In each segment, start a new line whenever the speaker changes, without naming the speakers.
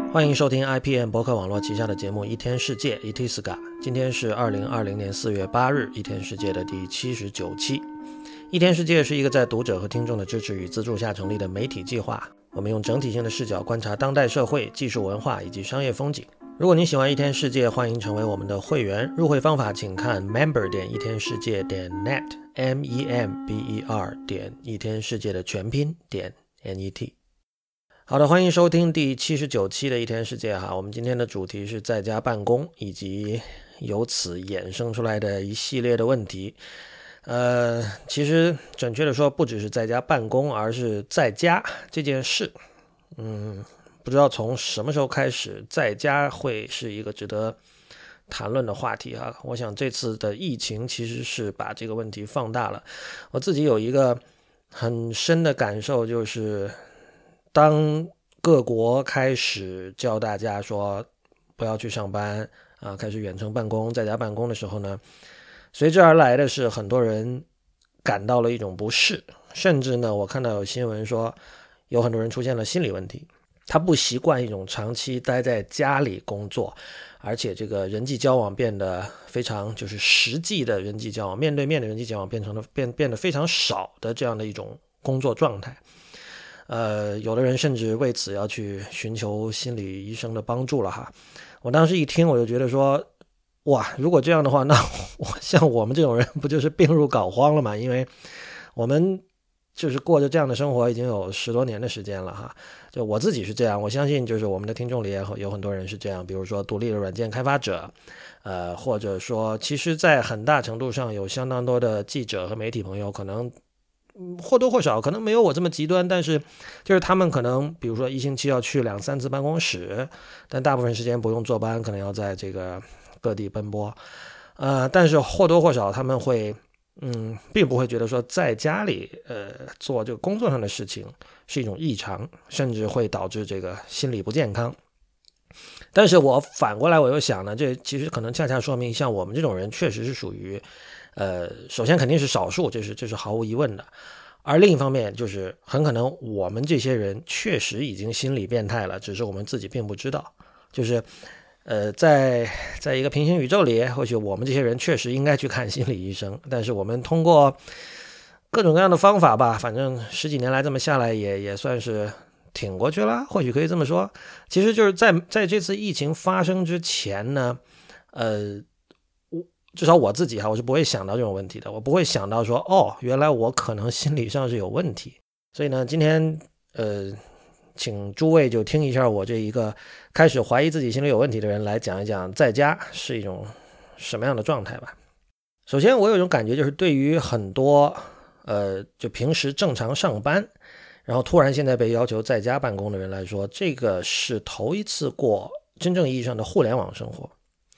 欢迎收听 IPM 博客网络旗下的节目一天世界 Itiska。 今天是2020年4月8日，一天世界的第79期。一天世界是一个在读者和听众的支持与资助下成立的媒体计划，我们用整体性的视角观察当代社会、技术文化以及商业风景。如果你喜欢一天世界，欢迎成为我们的会员，入会方法请看 member 一天世界net member 一天世界的全拼net。好的，欢迎收听第79期的一天世界哈。我们今天的主题是在家办公以及由此衍生出来的一系列的问题。其实准确的说，不只是在家办公，而是在家这件事。不知道从什么时候开始，在家会是一个值得谈论的话题哈。我想这次的疫情其实是把这个问题放大了。我自己有一个很深的感受，就是当各国开始叫大家说不要去上班开始远程办公、在家办公的时候呢，随之而来的是很多人感到了一种不适，甚至呢，我看到有新闻说有很多人出现了心理问题，他不习惯一种长期待在家里工作，而且这个人际交往变得非常就是实际的人际交往、面对面的人际交往变得非常少的这样的一种工作状态。有的人甚至为此要去寻求心理医生的帮助了哈。我当时一听，我就觉得说，哇，如果这样的话，那像我们这种人不就是病入膏肓了吗？因为我们就是过着这样的生活已经有10多年的时间了哈。就我自己是这样，我相信就是我们的听众里也有很多人是这样，比如说独立的软件开发者，或者说其实在很大程度上有相当多的记者和媒体朋友可能或多或少可能没有我这么极端，但是就是他们可能比如说一星期要去2-3次办公室，但大部分时间不用坐班，可能要在这个各地奔波。但是或多或少他们会并不会觉得说在家里做这个工作上的事情是一种异常，甚至会导致这个心理不健康。但是我反过来我又想呢，这其实可能恰恰说明像我们这种人确实是属于首先肯定是少数，这是毫无疑问的。而另一方面就是很可能我们这些人确实已经心理变态了，只是我们自己并不知道。就是在一个平行宇宙里，或许我们这些人确实应该去看心理医生，但是我们通过各种各样的方法吧，反正10几年来这么下来也算是挺过去了，或许可以这么说。其实就是在这次疫情发生之前呢，至少我自己我是不会想到这种问题的，我不会想到说原来我可能心理上是有问题。所以呢，今天请诸位就听一下我这一个开始怀疑自己心理有问题的人来讲一讲在家是一种什么样的状态吧。首先我有一种感觉，就是对于很多就平时正常上班然后突然现在被要求在家办公的人来说，这个是头一次过真正意义上的互联网生活。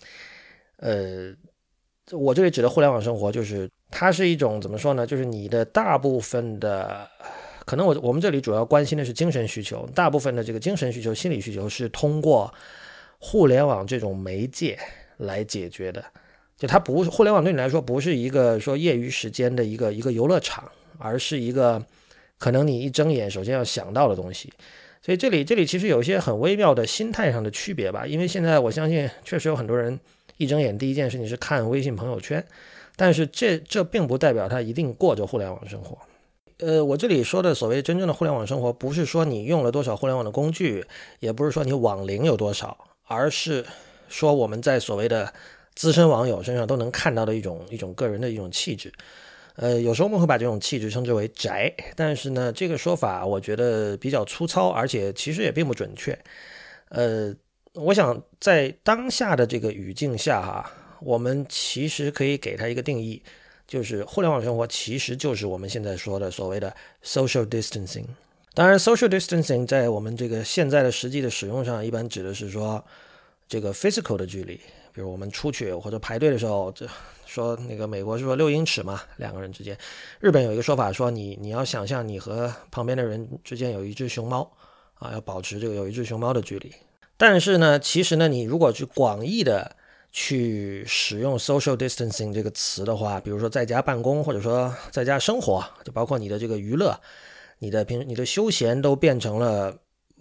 我这里指的互联网生活，就是它是一种怎么说呢，就是你的大部分的可能我们这里主要关心的是精神需求，大部分的这个精神需求、心理需求是通过互联网这种媒介来解决的。就它不是互联网对你来说不是一个说业余时间的一个游乐场，而是一个可能你一睁眼首先要想到的东西。所以这里其实有一些很微妙的心态上的区别吧。因为现在我相信确实有很多人一睁眼第一件事情是看微信朋友圈，但是这并不代表他一定过着互联网生活。我这里说的所谓真正的互联网生活，不是说你用了多少互联网的工具，也不是说你网龄有多少，而是说我们在所谓的资深网友身上都能看到的一种个人的一种气质。有时候我们会把这种气质称之为宅，但是呢，这个说法我觉得比较粗糙，而且其实也并不准确。我想在当下的这个语境下我们其实可以给它一个定义，就是互联网生活其实就是我们现在说的所谓的 social distancing。 当然 social distancing 在我们这个现在的实际的使用上，一般指的是说这个 physical 的距离，比如我们出去或者排队的时候，说那个美国是说6英尺嘛，2个人之间。日本有一个说法说你要想象你和旁边的人之间有一只熊猫要保持这个有一只熊猫的距离。但是呢，其实呢，你如果去广义的去使用 social distancing 这个词的话，比如说在家办公，或者说在家生活，就包括你的这个娱乐，你的休闲都变成了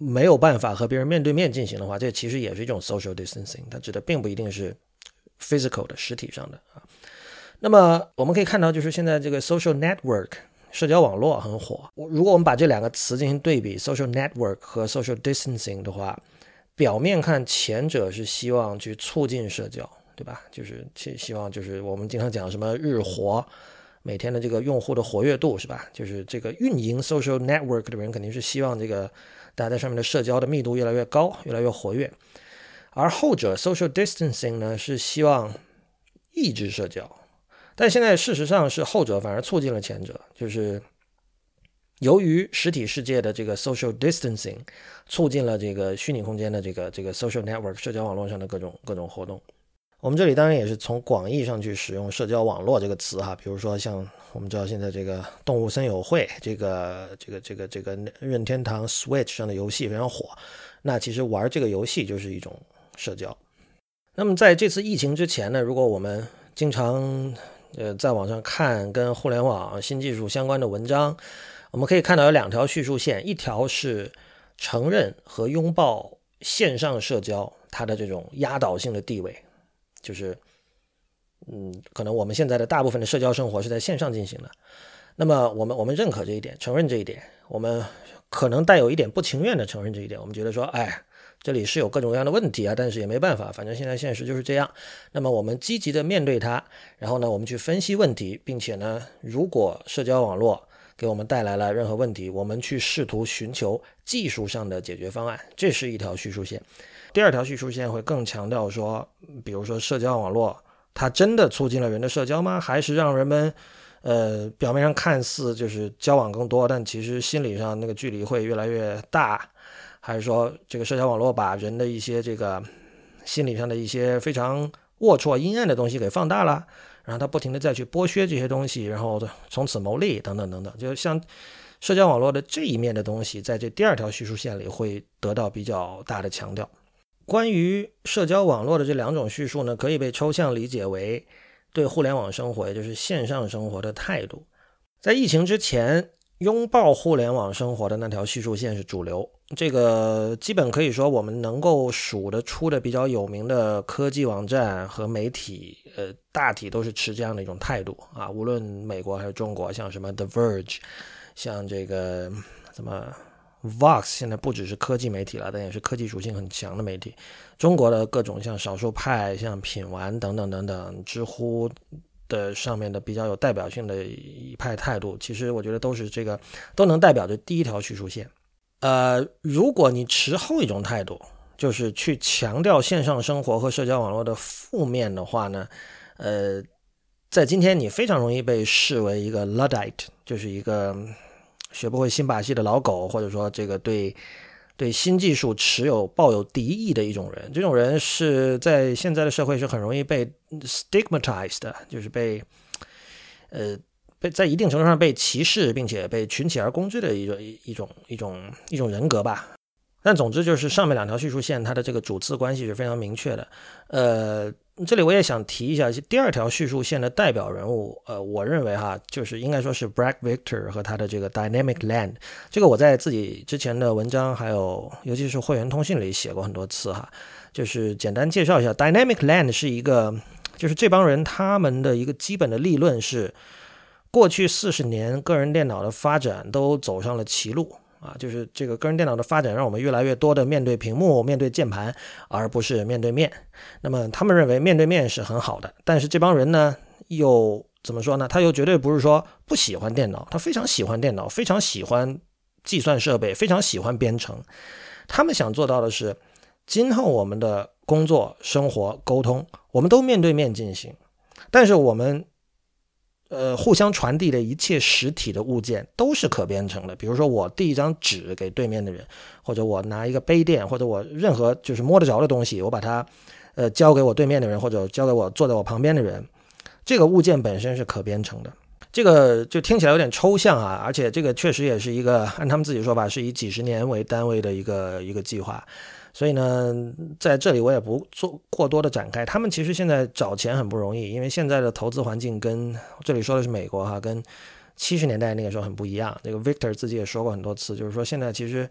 没有办法和别人面对面进行的话，这其实也是一种 social distancing， 它指的并不一定是 physical 的实体上的啊。那么我们可以看到，就是现在这个 social network 社交网络很火。如果我们把这两个词进行对比 social network 和 social distancing 的话，表面看前者是希望去促进社交，对吧？就是希望就是我们经常讲什么日活，每天的这个用户的活跃度，是吧？就是这个运营 social network 的人肯定是希望这个大家在上面的社交的密度越来越高，越来越活跃。而后者 social distancing 呢，是希望抑制社交。但现在事实上是后者反而促进了前者，就是由于实体世界的这个 social distancing 促进了这个虚拟空间的这个 social network 社交网络上的各种活动。我们这里当然也是从广义上去使用社交网络这个词哈，比如说像我们知道现在这个动物森友会，这个任天堂 Switch 上的游戏非常火，那其实玩这个游戏就是一种社交。那么在这次疫情之前呢，如果我们经常在网上看跟互联网新技术相关的文章，我们可以看到有两条叙述线，一条是承认和拥抱线上社交它的这种压倒性的地位，就是可能我们现在的大部分的社交生活是在线上进行的，那么我们认可这一点，承认这一点，我们可能带有一点不情愿的承认这一点，我们觉得说这里是有各种各样的问题啊，但是也没办法，反正现在现实就是这样。那么我们积极的面对它，然后呢，我们去分析问题，并且呢，如果社交网络给我们带来了任何问题，我们去试图寻求技术上的解决方案，这是一条叙述线。第二条叙述线会更强调说，比如说社交网络它真的促进了人的社交吗？还是让人们表面上看似就是交往更多，但其实心理上那个距离会越来越大？还是说这个社交网络把人的一些这个心理上的一些非常龌龊阴暗的东西给放大了，然后他不停的再去剥削这些东西，然后从此牟利等等等等，就像社交网络的这一面的东西在这第二条叙述线里会得到比较大的强调。关于社交网络的这两种叙述呢，可以被抽象理解为对互联网生活，也就是线上生活的态度。在疫情之前，拥抱互联网生活的那条叙述线是主流，这个基本可以说我们能够数得出的比较有名的科技网站和媒体大体都是持这样的一种态度啊。无论美国还是中国，像什么 The Verge， 像这个什么 Vox， 现在不只是科技媒体了，但也是科技属性很强的媒体。中国的各种像少数派，像品玩等等等等，知乎的上面的比较有代表性的一派态度，其实我觉得都是这个都能代表着第一条叙述线。如果你持后一种态度，就是去强调线上生活和社交网络的负面的话呢，在今天你非常容易被视为一个 Luddite， 就是一个学不会新把戏的老狗，或者说这个对新技术抱有敌意的一种人。这种人是在现在的社会是很容易被 stigmatized 的，就是被在一定程度上被歧视，并且被群起而攻之的一种人格吧。但总之就是上面两条叙述线它的这个主次关系是非常明确的。这里我也想提一下第二条叙述线的代表人物，我认为就是应该说是 Brad Victor 和他的这个 Dynamic Land。这个我在自己之前的文章还有尤其是会员通讯里写过很多次就是简单介绍一下 Dynamic Land 是一个，就是这帮人他们的一个基本的立论是，过去40年个人电脑的发展都走上了歧路就是这个个人电脑的发展让我们越来越多的面对屏幕、面对键盘，而不是面对面。那么他们认为面对面是很好的，但是这帮人呢又怎么说呢？他又绝对不是说不喜欢电脑，他非常喜欢电脑，非常喜欢计算设备，非常喜欢编程。他们想做到的是，今后我们的工作、生活、沟通，我们都面对面进行，但是我们互相传递的一切实体的物件都是可编程的。比如说我递一张纸给对面的人，或者我拿一个杯垫，或者我任何就是摸得着的东西，我把它交给我对面的人，或者交给我坐在我旁边的人，这个物件本身是可编程的。这个就听起来有点抽象而且这个确实也是一个按他们自己说法是以几十年为单位的一个计划。所以呢，在这里我也不做过多的展开。他们其实现在找钱很不容易，因为现在的投资环境跟这里说的是美国跟70年代那个时候很不一样。这个 Victor 自己也说过很多次，就是说现在其实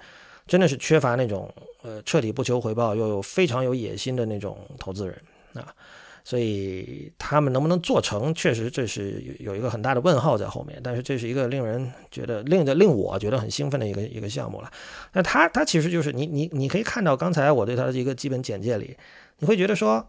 真的是缺乏那种彻底不求回报又非常有野心的那种投资人啊。所以他们能不能做成，确实这是有一个很大的问号在后面。但是这是一个令人觉得令我觉得很兴奋的一个项目了。那他其实就是你可以看到刚才我对他的一个基本简介里，你会觉得说，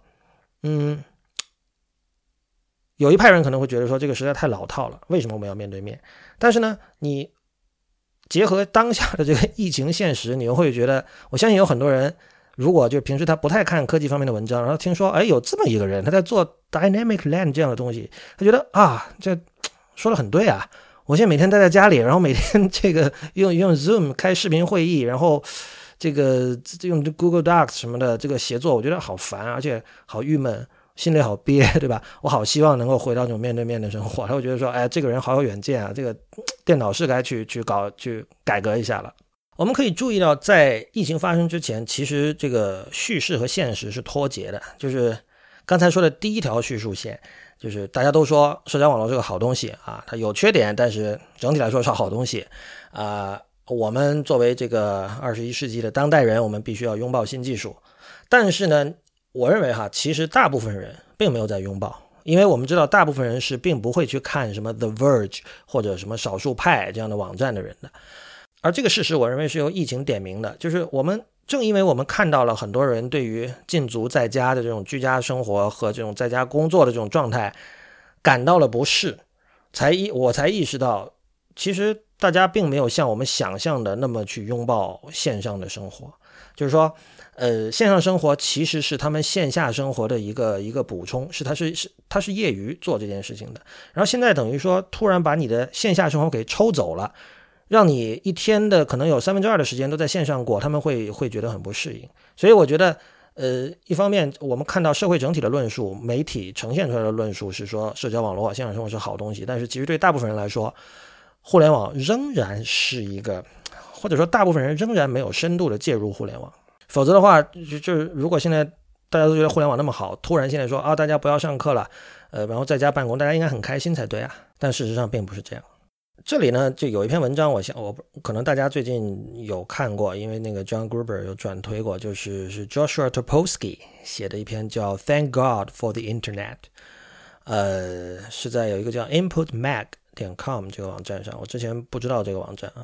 有一派人可能会觉得说这个实在太老套了，为什么我们要面对面？但是呢，你结合当下的这个疫情现实，你又会觉得，我相信有很多人。如果就平时他不太看科技方面的文章，然后听说有这么一个人他在做 Dynamic Land 这样的东西，他觉得这说得很对啊！我现在每天待在家里，然后每天这个用 Zoom 开视频会议，然后这个用 Google Docs 什么的这个协作，我觉得好烦，而且好郁闷，心里好憋，对吧？我好希望能够回到这种面对面的生活。他会觉得说，这个人好有远见啊，这个电脑是该去改革一下了。我们可以注意到，在疫情发生之前，其实这个叙事和现实是脱节的。就是刚才说的第一条叙述线，就是大家都说社交网络是个好东西啊，它有缺点，但是整体来说是好东西啊。我们作为这个21世纪的当代人，我们必须要拥抱新技术。但是呢，我认为其实大部分人并没有在拥抱，因为我们知道大部分人是并不会去看什么 The Verge 或者什么少数派这样的网站的人的。而这个事实我认为是由疫情点明的，就是正因为我们看到了很多人对于禁足在家的这种居家生活和这种在家工作的这种状态感到了不适，我才意识到，其实大家并没有像我们想象的那么去拥抱线上的生活。就是说线上生活其实是他们线下生活的一个补充，他是业余做这件事情的。然后现在等于说突然把你的线下生活给抽走了，让你一天的可能有2/3的时间都在线上过，他们会觉得很不适应。所以我觉得一方面我们看到社会整体的论述，媒体呈现出来的论述是说社交网络线上生活是好东西，但是其实对大部分人来说，互联网仍然是一个，或者说大部分人仍然没有深度的介入互联网。否则的话，就是如果现在大家都觉得互联网那么好，突然现在说大家不要上课了，然后在家办公，大家应该很开心才对啊。但事实上并不是这样。这里呢，就有一篇文章，我可能大家最近有看过，因为那个 John Gruber 有转推过，是 Joshua Topolsky 写的一篇叫 Thank God for the Internet， 是在有一个叫 inputmag.com 这个网站上，我之前不知道这个网站啊，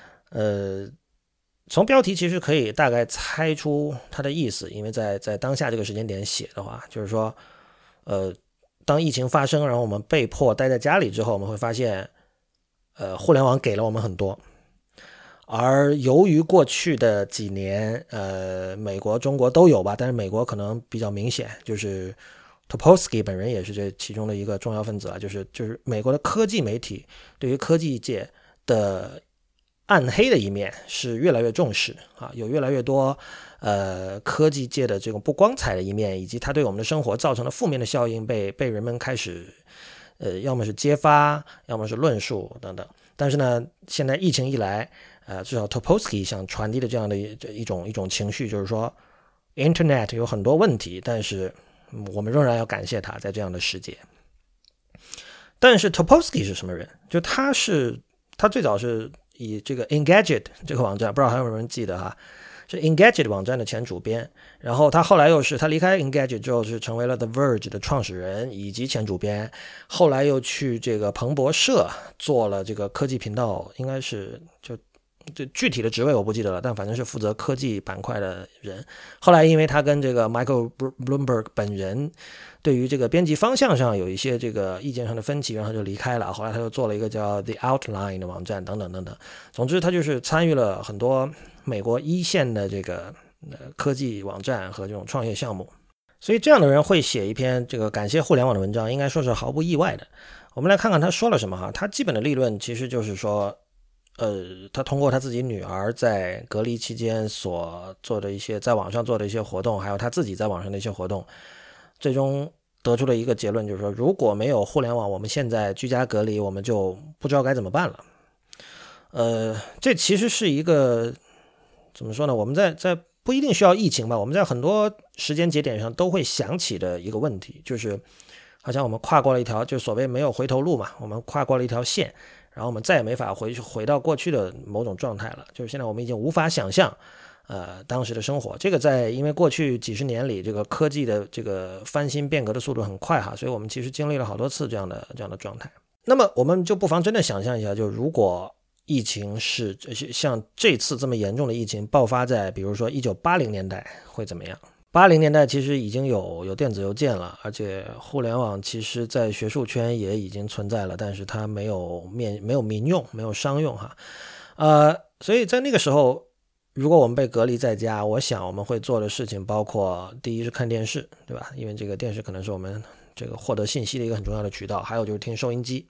从标题其实可以大概猜出它的意思，因为在当下这个时间点写的话，就是说，当疫情发生，然后我们被迫待在家里之后，我们会发现互联网给了我们很多，而由于过去的几年美国中国都有吧，但是美国可能比较明显，就是 Topolsky 本人也是这其中的一个重要分子啊，就是美国的科技媒体对于科技界的暗黑的一面是越来越重视啊，有越来越多科技界的这种不光彩的一面，以及它对我们的生活造成的负面的效应被人们开始要么是揭发，要么是论述等等。但是呢，现在疫情一来，至少 Topolsky 想传递的这样的一种情绪，就是说 Internet 有很多问题，但是我们仍然要感谢它在这样的时节。但是 Topolsky 是什么人？就他最早是以这个 Engadget 这个网站，不知道还有没有人记得哈？是 Engadget 网站的前主编，然后他后来他离开 Engadget 之后是成为了 The Verge 的创始人以及前主编，后来又去这个彭博社做了这个科技频道，应该是就具体的职位我不记得了，但反正是负责科技板块的人。后来因为他跟这个 Michael Bloomberg 本人对于这个编辑方向上有一些这个意见上的分歧，然后他就离开了。后来他又做了一个叫 The Outline 的网站等等等等。总之他就是参与了很多美国一线的这个科技网站和这种创业项目，所以这样的人会写一篇这个感谢互联网的文章，应该说是毫不意外的。我们来看看他说了什么哈。他基本的立论其实就是说他通过他自己女儿在隔离期间所做的一些在网上做的一些活动，还有他自己在网上的一些活动，最终得出了一个结论，就是说如果没有互联网，我们现在居家隔离，我们就不知道该怎么办了。这其实是一个怎么说呢，我们在不一定需要疫情吧，我们在很多时间节点上都会想起的一个问题，就是好像我们跨过了一条就所谓没有回头路嘛，我们跨过了一条线， 然后我们再也没法回到过去的某种状态了，就是现在我们已经无法想象当时的生活。这个因为过去几十年里这个科技的这个翻新变革的速度很快哈，所以我们其实经历了好多次这样的状态。那么我们就不妨真的想象一下，就如果疫情是像这次这么严重的疫情爆发在比如说1980年代会怎么样？80年代其实已经有电子邮件了，而且互联网其实在学术圈也已经存在了，但是它没有民用，没有商用哈。所以在那个时候，如果我们被隔离在家，我想我们会做的事情包括第一是看电视，对吧？因为这个电视可能是我们这个获得信息的一个很重要的渠道，还有就是听收音机。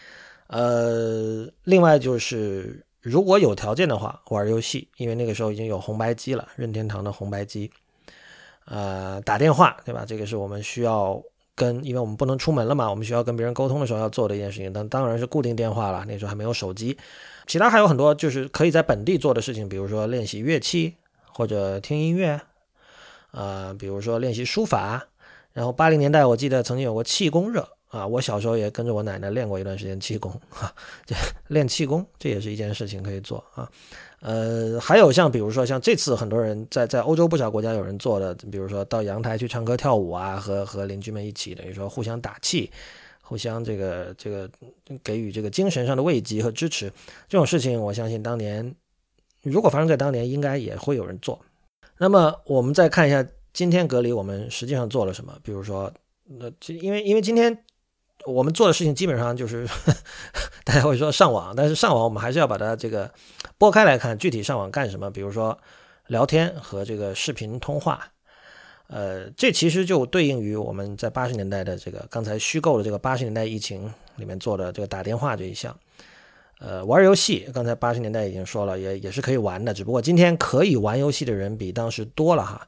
另外就是如果有条件的话玩游戏，因为那个时候已经有红白机了，任天堂的红白机。打电话，对吧？这个是我们需要因为我们不能出门了嘛，我们需要跟别人沟通的时候要做的一件事情，但当然是固定电话了，那时候还没有手机。其他还有很多就是可以在本地做的事情，比如说练习乐器或者听音乐，比如说练习书法。然后80年代我记得曾经有过气功热啊，我小时候也跟着我奶奶练过一段时间气功练气功这也是一件事情可以做啊。还有比如说像这次很多人在欧洲不少国家有人做的，比如说到阳台去唱歌跳舞啊，和邻居们一起等于说互相打气，互相这个给予这个精神上的慰藉和支持，这种事情我相信当年如果发生在当年应该也会有人做。那么我们再看一下今天隔离我们实际上做了什么，比如说因为今天我们做的事情基本上就是大家会说上网，但是上网我们还是要把它这个拨开来看，具体上网干什么，比如说聊天和这个视频通话。这其实就对应于我们在80年代的这个刚才虚构的这个80年代疫情里面做的这个打电话这一项。玩游戏刚才80年代已经说了，也是可以玩的，只不过今天可以玩游戏的人比当时多了哈。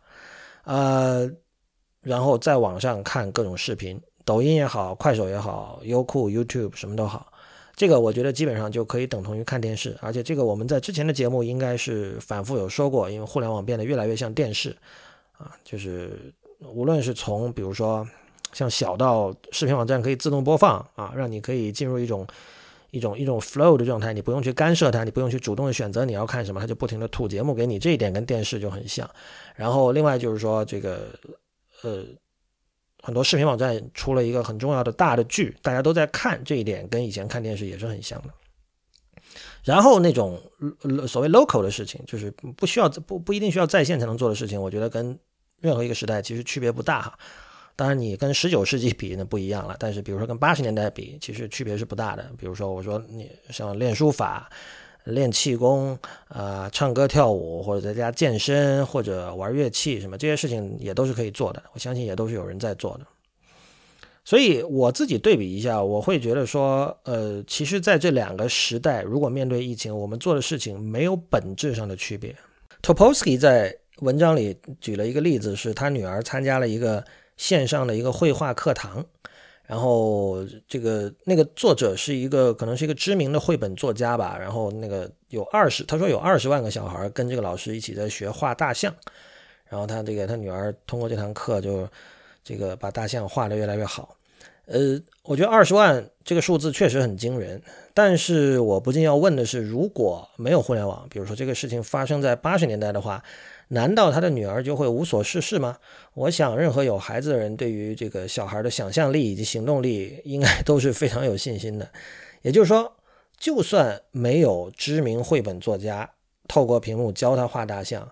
然后在网上看各种视频，抖音也好，快手也好，优酷 YouTube 什么都好，这个我觉得基本上就可以等同于看电视。而且这个我们在之前的节目应该是反复有说过，因为互联网变得越来越像电视啊，就是无论是从比如说像小到视频网站可以自动播放啊，让你可以进入一种 flow 的状态，你不用去干涉它，你不用去主动的选择你要看什么，它就不停的吐节目给你，这一点跟电视就很像。然后另外就是说这个很多视频网站出了一个很重要的大的剧，大家都在看，这一点跟以前看电视也是很像的。然后那种所谓 local 的事情，就是不一定需要在线才能做的事情，我觉得跟任何一个时代其实区别不大哈。当然你跟19世纪比那不一样了，但是比如说跟80年代比，其实区别是不大的。比如说我说你像练书法、练气功唱歌跳舞，或者在家健身，或者玩乐器什么，这些事情也都是可以做的，我相信也都是有人在做的。所以我自己对比一下，我会觉得说其实在这两个时代，如果面对疫情，我们做的事情没有本质上的区别。 Topolsky 在文章里举了一个例子，是他女儿参加了一个线上的一个绘画课堂，然后那个作者可能是一个知名的绘本作家吧，然后他说有20万个小孩跟这个老师一起在学画大象，然后他女儿通过这堂课就把大象画得越来越好。我觉得20万这个数字确实很惊人，但是我不禁要问的是，如果没有互联网，比如说这个事情发生在80年代的话，难道他的女儿就会无所事事吗？我想任何有孩子的人对于这个小孩的想象力以及行动力应该都是非常有信心的。也就是说，就算没有知名绘本作家透过屏幕教他画大象，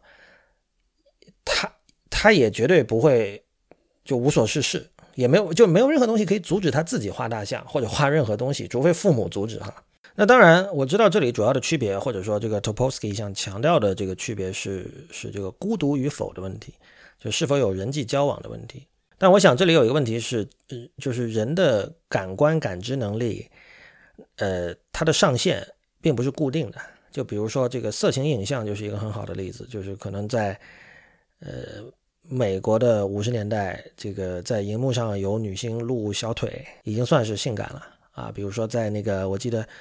他也绝对不会就无所事事，也没有任何东西可以阻止他自己画大象或者画任何东西，除非父母阻止哈。那当然我知道这里主要的区别，或者说这个 Topolsky 想强调的这个区别是这个孤独与否的问题，就是否有人际交往的问题。但我想这里有一个问题是就是人的感官感知能力它的上限并不是固定的。就比如说这个色情影像就是一个很好的例子，就是可能在美国的50年代，这个在荧幕上有女性露小腿已经算是性感了啊。比如说在我记得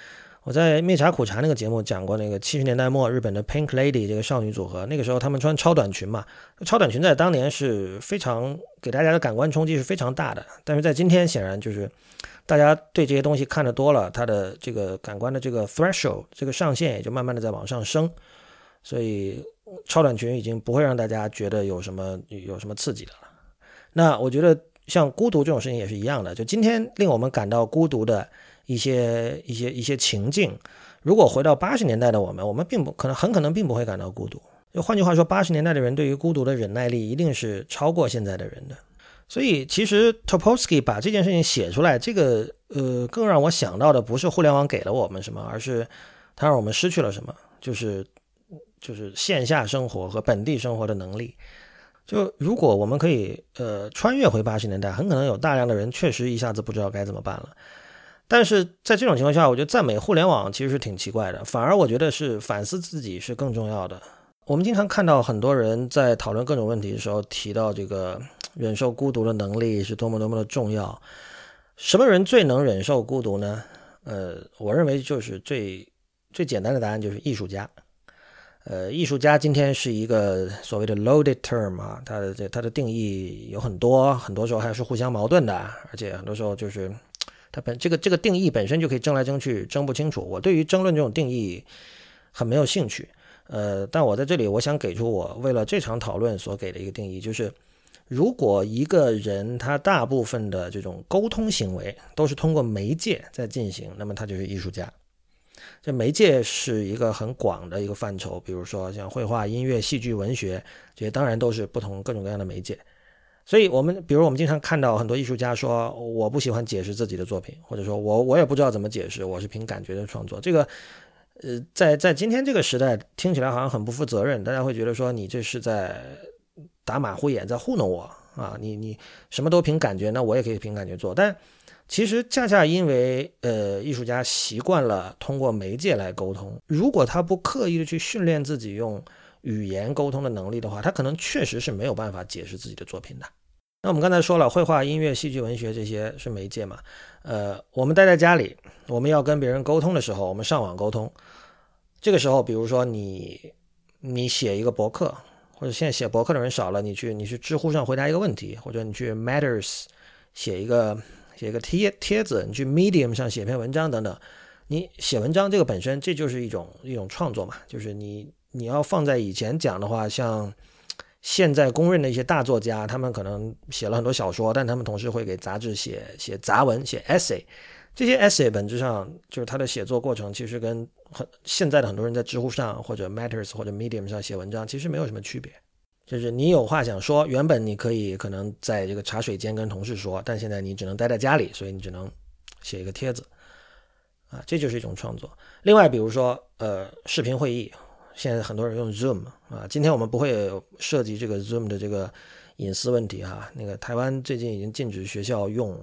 我在灭茶苦茶那个节目讲过那个70年代末日本的 Pink Lady 这个少女组合，那个时候他们穿超短裙嘛，超短裙在当年是非常给大家的感官冲击是非常大的，但是在今天显然就是大家对这些东西看得多了，它的这个感官的这个 threshold 这个上限也就慢慢的在往上升，所以超短裙已经不会让大家觉得有什么刺激的了。那我觉得像孤独这种事情也是一样的，就今天令我们感到孤独的一些情境，如果回到80年代的我们很可能并不会感到孤独。就换句话说，80年代的人对于孤独的忍耐力一定是超过现在的人的。所以其实 Topolsky 把这件事情写出来，这个更让我想到的不是互联网给了我们什么，而是它让我们失去了什么，就是线下生活和本地生活的能力。就如果我们可以穿越回80年代，很可能有大量的人确实一下子不知道该怎么办了。但是在这种情况下，我觉得赞美互联网其实是挺奇怪的，反而我觉得是反思自己是更重要的。我们经常看到很多人在讨论各种问题的时候提到这个忍受孤独的能力是多么的重要。什么人最能忍受孤独呢？我认为就是最简单的答案就是艺术家。艺术家今天是一个所谓的 loaded term 啊，它的定义有很多时候还是互相矛盾的，而且很多时候就是它这个定义本身就可以争来争去，争不清楚。我对于争论这种定义很没有兴趣。但我在这里我想给出我为了这场讨论所给的一个定义，就是如果一个人他大部分的这种沟通行为都是通过媒介在进行，那么他就是艺术家。这媒介是一个很广的一个范畴，比如说像绘画、音乐、戏剧、文学，这些当然都是各种各样的媒介。所以比如我们经常看到很多艺术家说我不喜欢解释自己的作品，或者说我也不知道怎么解释，我是凭感觉的创作。这个在今天这个时代听起来好像很不负责任，大家会觉得说你这是在打马虎眼，在糊弄我啊！你什么都凭感觉，那我也可以凭感觉做。但其实恰恰因为艺术家习惯了通过媒介来沟通，如果他不刻意的去训练自己用语言沟通的能力的话，他可能确实是没有办法解释自己的作品的。那我们刚才说了，绘画、音乐、戏剧、文学这些是媒介嘛？我们待在家里，我们要跟别人沟通的时候，我们上网沟通。这个时候，比如说你写一个博客，或者现在写博客的人少了，你去知乎上回答一个问题，或者你去 Matters 写一个帖子，你去 Medium 上写篇文章等等。你写文章这个本身，这就是一种创作嘛，就是你要放在以前讲的话，像现在公认的一些大作家，他们可能写了很多小说，但他们同时会给杂志写杂文，写 essay。这些 essay 本质上就是他的写作过程，其实跟现在的很多人在知乎上或者 Matters 或者 Medium 上写文章其实没有什么区别。就是你有话想说，原本你可能在这个茶水间跟同事说，但现在你只能待在家里，所以你只能写一个帖子啊，这就是一种创作。另外比如说视频会议，现在很多人用 Zoom 啊，今天我们不会涉及这个 Zoom 的这个隐私问题哈。那个台湾最近已经禁止学校用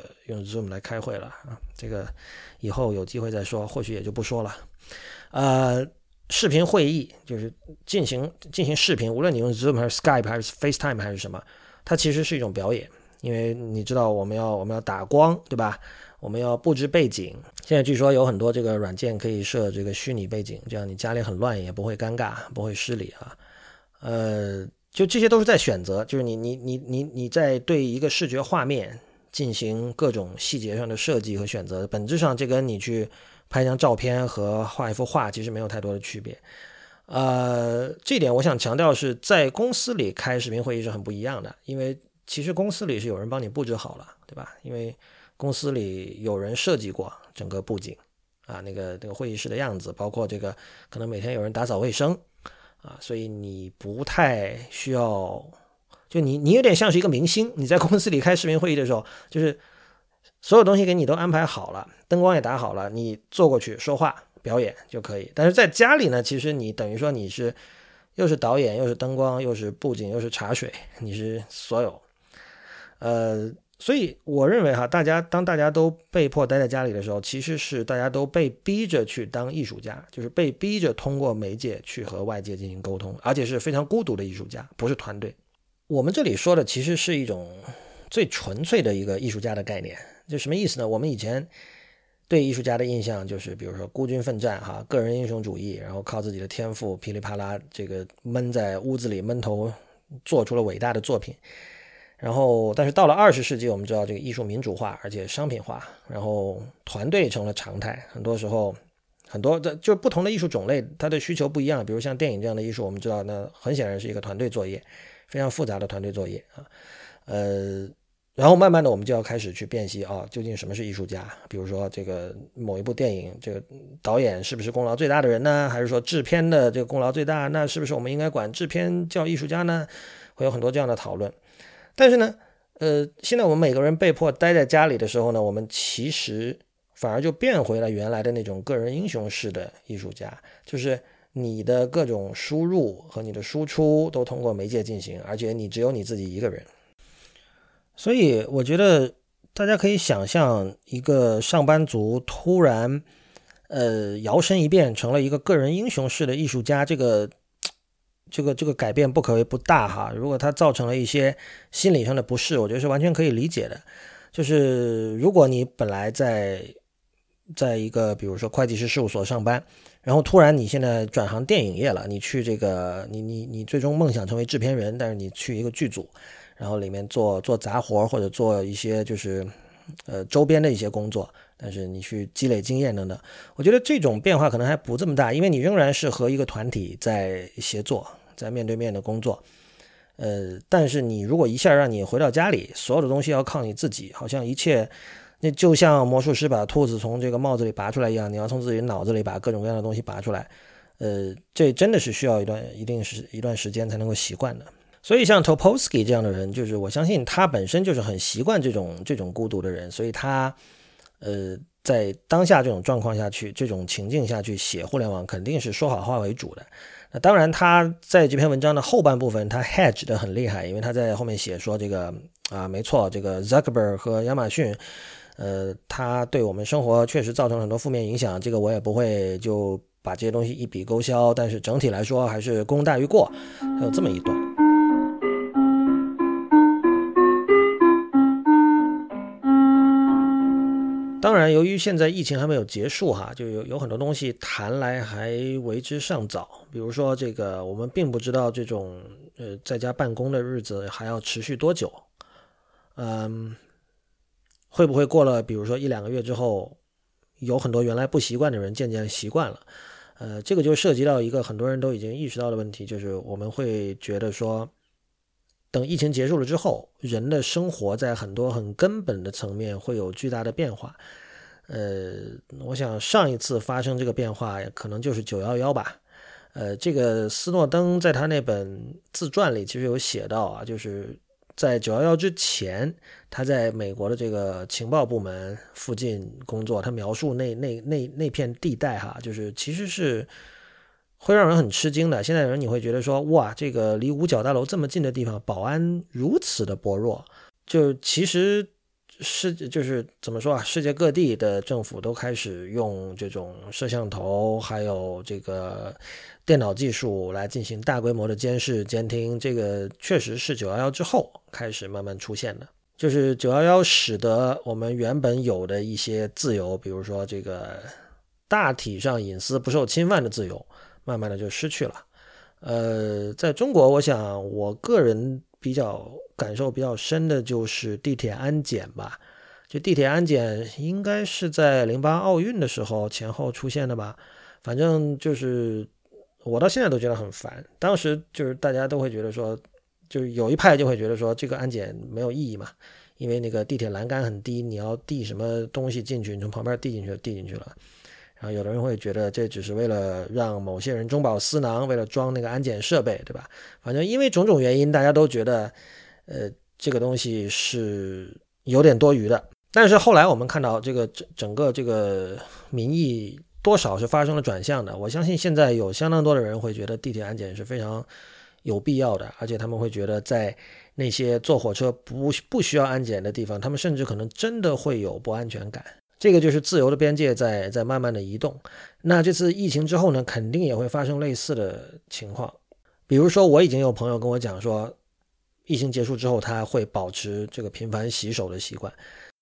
Zoom 来开会了啊，这个以后有机会再说，或许也就不说了。视频会议就是进行视频，无论你用 Zoom 还是 Skype 还是 FaceTime 还是什么，它其实是一种表演，因为你知道我们要打光，对吧？我们要布置背景。现在据说有很多这个软件可以设这个虚拟背景，这样你家里很乱也不会尴尬，不会失礼啊。就这些都是在选择，就是你在对一个视觉画面进行各种细节上的设计和选择，本质上这跟你去拍一张照片和画一幅画其实没有太多的区别。这点我想强调是在公司里开视频会议是很不一样的，因为其实公司里是有人帮你布置好了，对吧？因为公司里有人设计过整个布景啊，那个会议室的样子，包括这个可能每天有人打扫卫生啊，所以你不太需要，就你有点像是一个明星，你在公司里开视频会议的时候，就是所有东西给你都安排好了，灯光也打好了，你坐过去说话表演就可以。但是在家里呢，其实你等于说你是又是导演，又是灯光，又是布景，又是茶水，你是所有。所以我认为当大家都被迫待在家里的时候，其实是大家都被逼着去当艺术家，就是被逼着通过媒介去和外界进行沟通，而且是非常孤独的艺术家，不是团队。我们这里说的其实是一种最纯粹的一个艺术家的概念。就什么意思呢？我们以前对艺术家的印象就是比如说孤军奋战个人英雄主义，然后靠自己的天赋噼里啪啦这个闷在屋子里闷头做出了伟大的作品。然后但是到了20世纪，我们知道这个艺术民主化而且商品化，然后团队成了常态，很多时候很多就不同的艺术种类它的需求不一样，比如像电影这样的艺术，我们知道那很显然是一个团队作业，非常复杂的团队作业然后慢慢的我们就要开始去辨析究竟什么是艺术家，比如说这个某一部电影这个导演是不是功劳最大的人呢，还是说制片的这个功劳最大，那是不是我们应该管制片叫艺术家呢，会有很多这样的讨论。但是呢现在我们每个人被迫待在家里的时候呢，我们其实反而就变回了原来的那种个人英雄式的艺术家，就是你的各种输入和你的输出都通过媒介进行，而且你只有你自己一个人。所以我觉得大家可以想象一个上班族突然摇身一变成了一个个人英雄式的艺术家，这个改变不可谓不大如果它造成了一些心理上的不适，我觉得是完全可以理解的。就是如果你本来在一个比如说会计师事务所上班，然后突然你现在转行电影业了，你去这个你最终梦想成为制片人，但是你去一个剧组，然后里面做杂活或者做一些就是周边的一些工作，但是你去积累经验等等，我觉得这种变化可能还不这么大，因为你仍然是和一个团体在协作，在面对面的工作但是你如果一下让你回到家里，所有的东西要靠你自己，好像一切那就像魔术师把兔子从这个帽子里拔出来一样，你要从自己脑子里把各种各样的东西拔出来这真的是需要一段时间才能够习惯的。所以像 Topolsky 这样的人，就是我相信他本身就是很习惯这种孤独的人，所以他在当下这种状况下去，这种情境下去写互联网，肯定是说好话为主的。那当然他在这篇文章的后半部分他 hedge 的很厉害，因为他在后面写说这个没错，这个 Zuckerberg 和亚马逊他对我们生活确实造成了很多负面影响，这个我也不会就把这些东西一笔勾销，但是整体来说还是功大于过，还有这么一段。当然由于现在疫情还没有结束就有很多东西谈来还为之尚早，比如说这个我们并不知道这种在家办公的日子还要持续多久会不会过了比如说1-2个月之后，有很多原来不习惯的人渐渐习惯了这个就涉及到一个很多人都已经意识到的问题，就是我们会觉得说等疫情结束了之后，人的生活在很多很根本的层面会有巨大的变化我想上一次发生这个变化可能就是911吧这个斯诺登在他那本自传里其实有写到就是在911之前，他在美国的这个情报部门附近工作，他描述那片地带就是其实是会让人很吃惊的。现在人你会觉得说哇，这个离五角大楼这么近的地方保安如此的薄弱，就其实就是怎么说世界各地的政府都开始用这种摄像头还有这个电脑技术来进行大规模的监视监听，这个确实是911之后开始慢慢出现的。就是911使得我们原本有的一些自由，比如说这个大体上隐私不受侵犯的自由，慢慢的就失去了在中国我想我个人感受比较深的就是地铁安检吧，就地铁安检应该是在08奥运的时候前后出现的吧，反正就是我到现在都觉得很烦。当时就是大家都会觉得说，就是有一派就会觉得说这个安检没有意义嘛，因为那个地铁栏杆很低，你要递什么东西进去，你从旁边递进去了。然后有的人会觉得这只是为了让某些人中饱私囊，为了装那个安检设备，对吧？反正因为种种原因，大家都觉得这个东西是有点多余的。但是后来我们看到这个整个这个民意多少是发生了转向的，我相信现在有相当多的人会觉得地铁安检是非常有必要的，而且他们会觉得在那些坐火车不需要安检的地方，他们甚至可能真的会有不安全感。这个就是自由的边界在慢慢的移动。那这次疫情之后呢，肯定也会发生类似的情况。比如说我已经有朋友跟我讲说，疫情结束之后他会保持这个频繁洗手的习惯。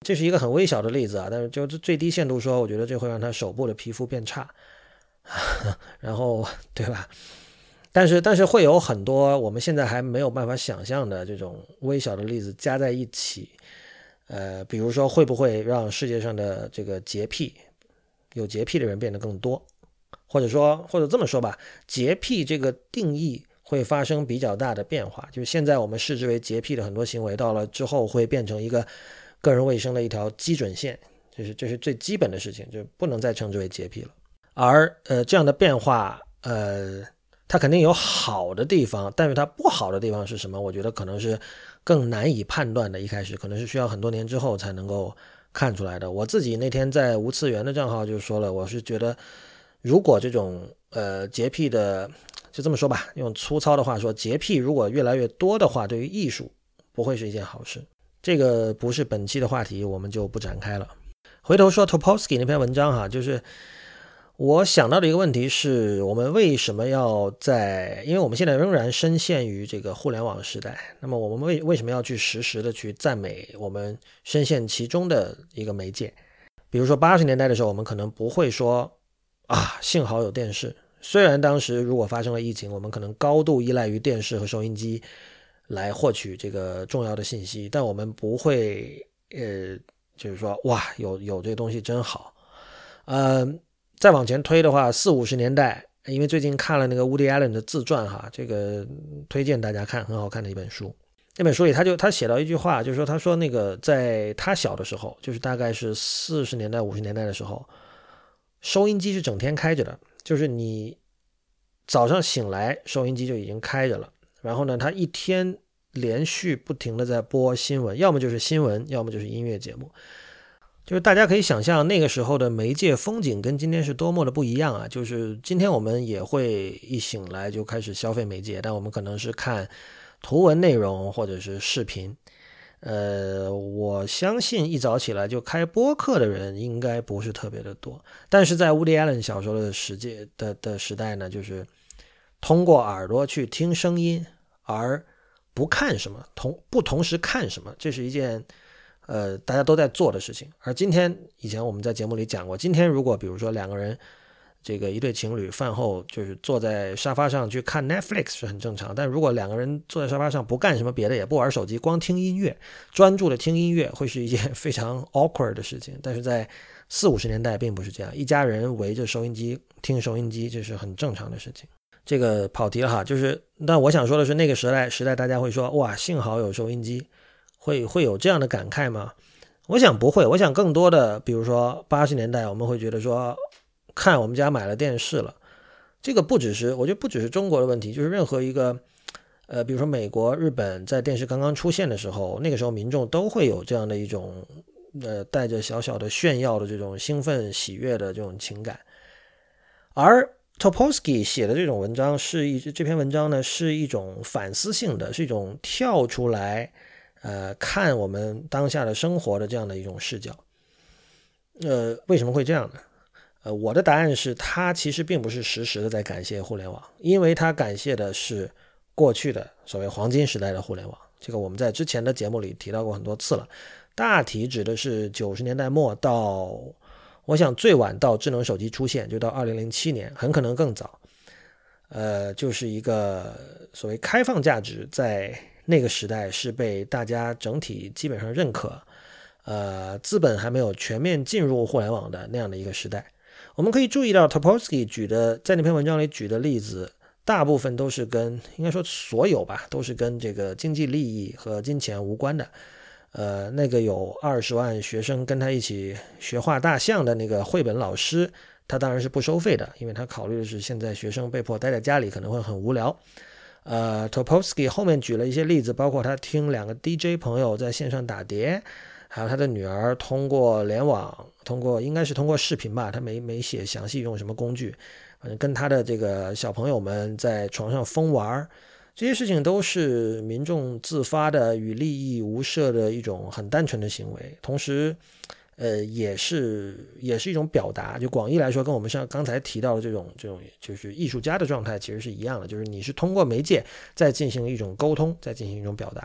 这是一个很微小的例子啊，但是就最低限度说，我觉得这会让他手部的皮肤变差，然后对吧？但是会有很多我们现在还没有办法想象的这种微小的例子加在一起，比如说会不会让世界上的这个有洁癖的人变得更多，或者这么说吧，洁癖这个定义会发生比较大的变化，就是现在我们视之为洁癖的很多行为，到了之后会变成一个个人卫生的一条基准线，这是最基本的事情，就不能再称之为洁癖了。而这样的变化，它肯定有好的地方，但是它不好的地方是什么？我觉得可能是更难以判断的，一开始可能是需要很多年之后才能够看出来的。我自己那天在无次元的账号就说了，我是觉得如果这种洁癖的，就这么说吧，用粗糙的话说，洁癖如果越来越多的话，对于艺术不会是一件好事。这个不是本期的话题，我们就不展开了。回头说 Topolsky 那篇文章哈，就是我想到的一个问题是，我们为什么要因为我们现在仍然深陷于这个互联网时代，那么我们为什么要去时时的去赞美我们深陷其中的一个媒介？比如说80年代的时候，我们可能不会说幸好有电视，虽然当时如果发生了疫情，我们可能高度依赖于电视和收音机来获取这个重要的信息，但我们不会就是说哇有这个东西真好。再往前推的话，40、50年代，因为最近看了那个 Woody Allen 的自传哈，这个推荐大家看，很好看的一本书。那本书里他写到一句话，就是说他说那个在他小的时候，就是大概是40年代50年代的时候，收音机是整天开着的，就是你早上醒来收音机就已经开着了，然后呢他一天连续不停的在播新闻，要么就是新闻，要么就是音乐节目。就是大家可以想象那个时候的媒介风景跟今天是多么的不一样啊！就是今天我们也会一醒来就开始消费媒介，但我们可能是看图文内容或者是视频。我相信一早起来就开播客的人应该不是特别的多，但是在 Woody Allen 小时候的时代呢，就是通过耳朵去听声音，而不看什么，不同时看什么，这是一件大家都在做的事情。而以前我们在节目里讲过，今天如果比如说两个人，这个一对情侣饭后就是坐在沙发上去看 Netflix 是很正常，但如果两个人坐在沙发上不干什么别的，也不玩手机，光听音乐，专注的听音乐，会是一件非常 awkward 的事情。但是在40、50年代并不是这样，一家人围着收音机听收音机，这是很正常的事情。这个跑题了哈，但我想说的是，那个时代大家会说哇，幸好有收音机，会有这样的感慨吗？我想不会，我想更多的，比如说80年代，我们会觉得说，看我们家买了电视了，这个我觉得不只是中国的问题，就是任何一个，比如说美国、日本在电视刚刚出现的时候，那个时候民众都会有这样的一种，带着小小的炫耀的这种兴奋、喜悦的这种情感。而 Topolsky 写的这种文章这篇文章呢，是一种反思性的，是一种跳出来，看我们当下的生活的这样的一种视角。为什么会这样呢？我的答案是，他其实并不是时时的在感谢互联网，因为他感谢的是过去的所谓黄金时代的互联网。这个我们在之前的节目里提到过很多次了，大体指的是90年代末到，我想最晚到智能手机出现，就到2007年，很可能更早。就是一个所谓开放价值在那个时代是被大家整体基本上认可，资本还没有全面进入互联网的那样的一个时代。我们可以注意到 Topolsky 在那篇文章里举的例子，大部分都是应该说所有吧，都是跟这个经济利益和金钱无关的。那个有20万学生跟他一起学画大象的那个绘本老师，他当然是不收费的，因为他考虑的是现在学生被迫待在家里可能会很无聊。Topolsky 后面举了一些例子，包括他听2个 DJ 朋友在线上打碟，还有他的女儿通过联网，应该是通过视频吧，他没写详细用什么工具，反正跟他的这个小朋友们在床上疯玩，这些事情都是民众自发的与利益无涉的一种很单纯的行为，同时也是一种表达，就广义来说跟我们刚才提到的这种就是艺术家的状态其实是一样的，就是你是通过媒介在进行一种沟通，在进行一种表达。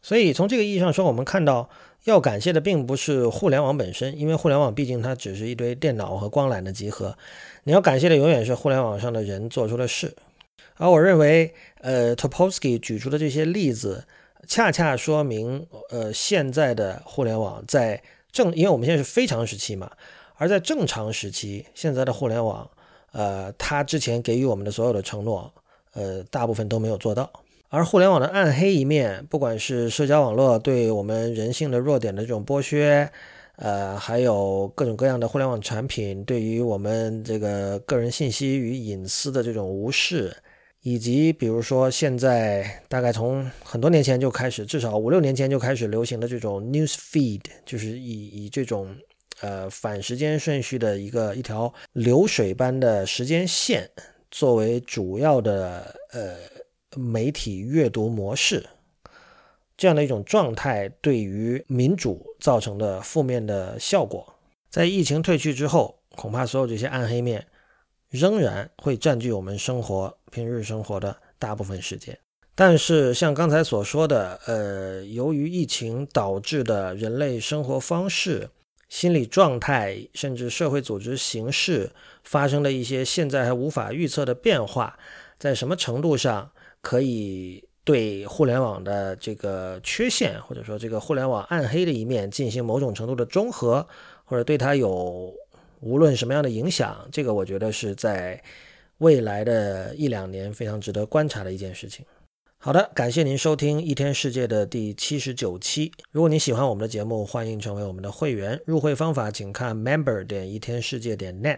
所以从这个意义上说，我们看到要感谢的并不是互联网本身，因为互联网毕竟它只是一堆电脑和光缆的集合，你要感谢的永远是互联网上的人做出的事。而我认为Topolsky 举出的这些例子恰恰说明现在的互联网因为我们现在是非常时期嘛，而在正常时期，现在的互联网它之前给予我们的所有的承诺大部分都没有做到。而互联网的暗黑一面，不管是社交网络对我们人性的弱点的这种剥削，还有各种各样的互联网产品对于我们这个个人信息与隐私的这种无视，以及比如说现在大概从很多年前就开始，至少5-6年前就开始流行的这种 news feed， 就是以这种反时间顺序的一条流水般的时间线作为主要的媒体阅读模式，这样的一种状态对于民主造成的负面的效果，在疫情退去之后，恐怕所有这些暗黑面仍然会占据我们平日生活的大部分时间。但是像刚才所说的由于疫情导致的人类生活方式、心理状态甚至社会组织形式发生的一些现在还无法预测的变化，在什么程度上可以对互联网的这个缺陷，或者说这个互联网暗黑的一面进行某种程度的中和，或者对它有无论什么样的影响，这个我觉得是在未来的1-2年非常值得观察的一件事情。好的，感谢您收听一天世界的第79期。如果您喜欢我们的节目，欢迎成为我们的会员。入会方法请看 member.一天世界.net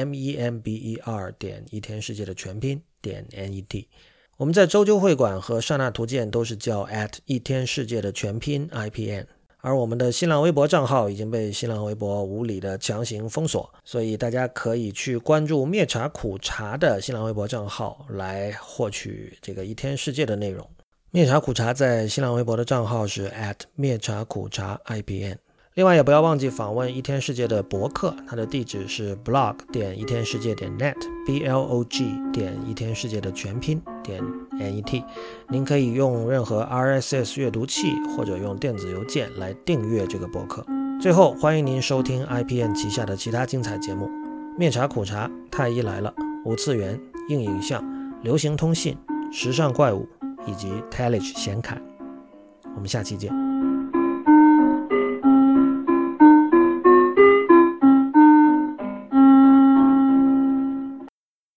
member 一天世界的全拼.net。我们在周究会馆和刹那图鉴都是叫一天世界的全拼 IPN， 而我们的新浪微博账号已经被新浪微博无理的强行封锁，所以大家可以去关注灭茶苦茶的新浪微博账号来获取这个一天世界的内容。灭茶苦茶在新浪微博的账号是灭茶苦茶 IPN。另外也不要忘记访问一天世界的博客，它的地址是 blog 一天世界.net blog 一天世界的全拼.net。 您可以用任何 RSS 阅读器或者用电子邮件来订阅这个博客。最后欢迎您收听 IPN 旗下的其他精彩节目：灭茶苦茶、太医来了、无次元、硬影像、流行通信、时尚怪物以及 Telige 显侃。我们下期见。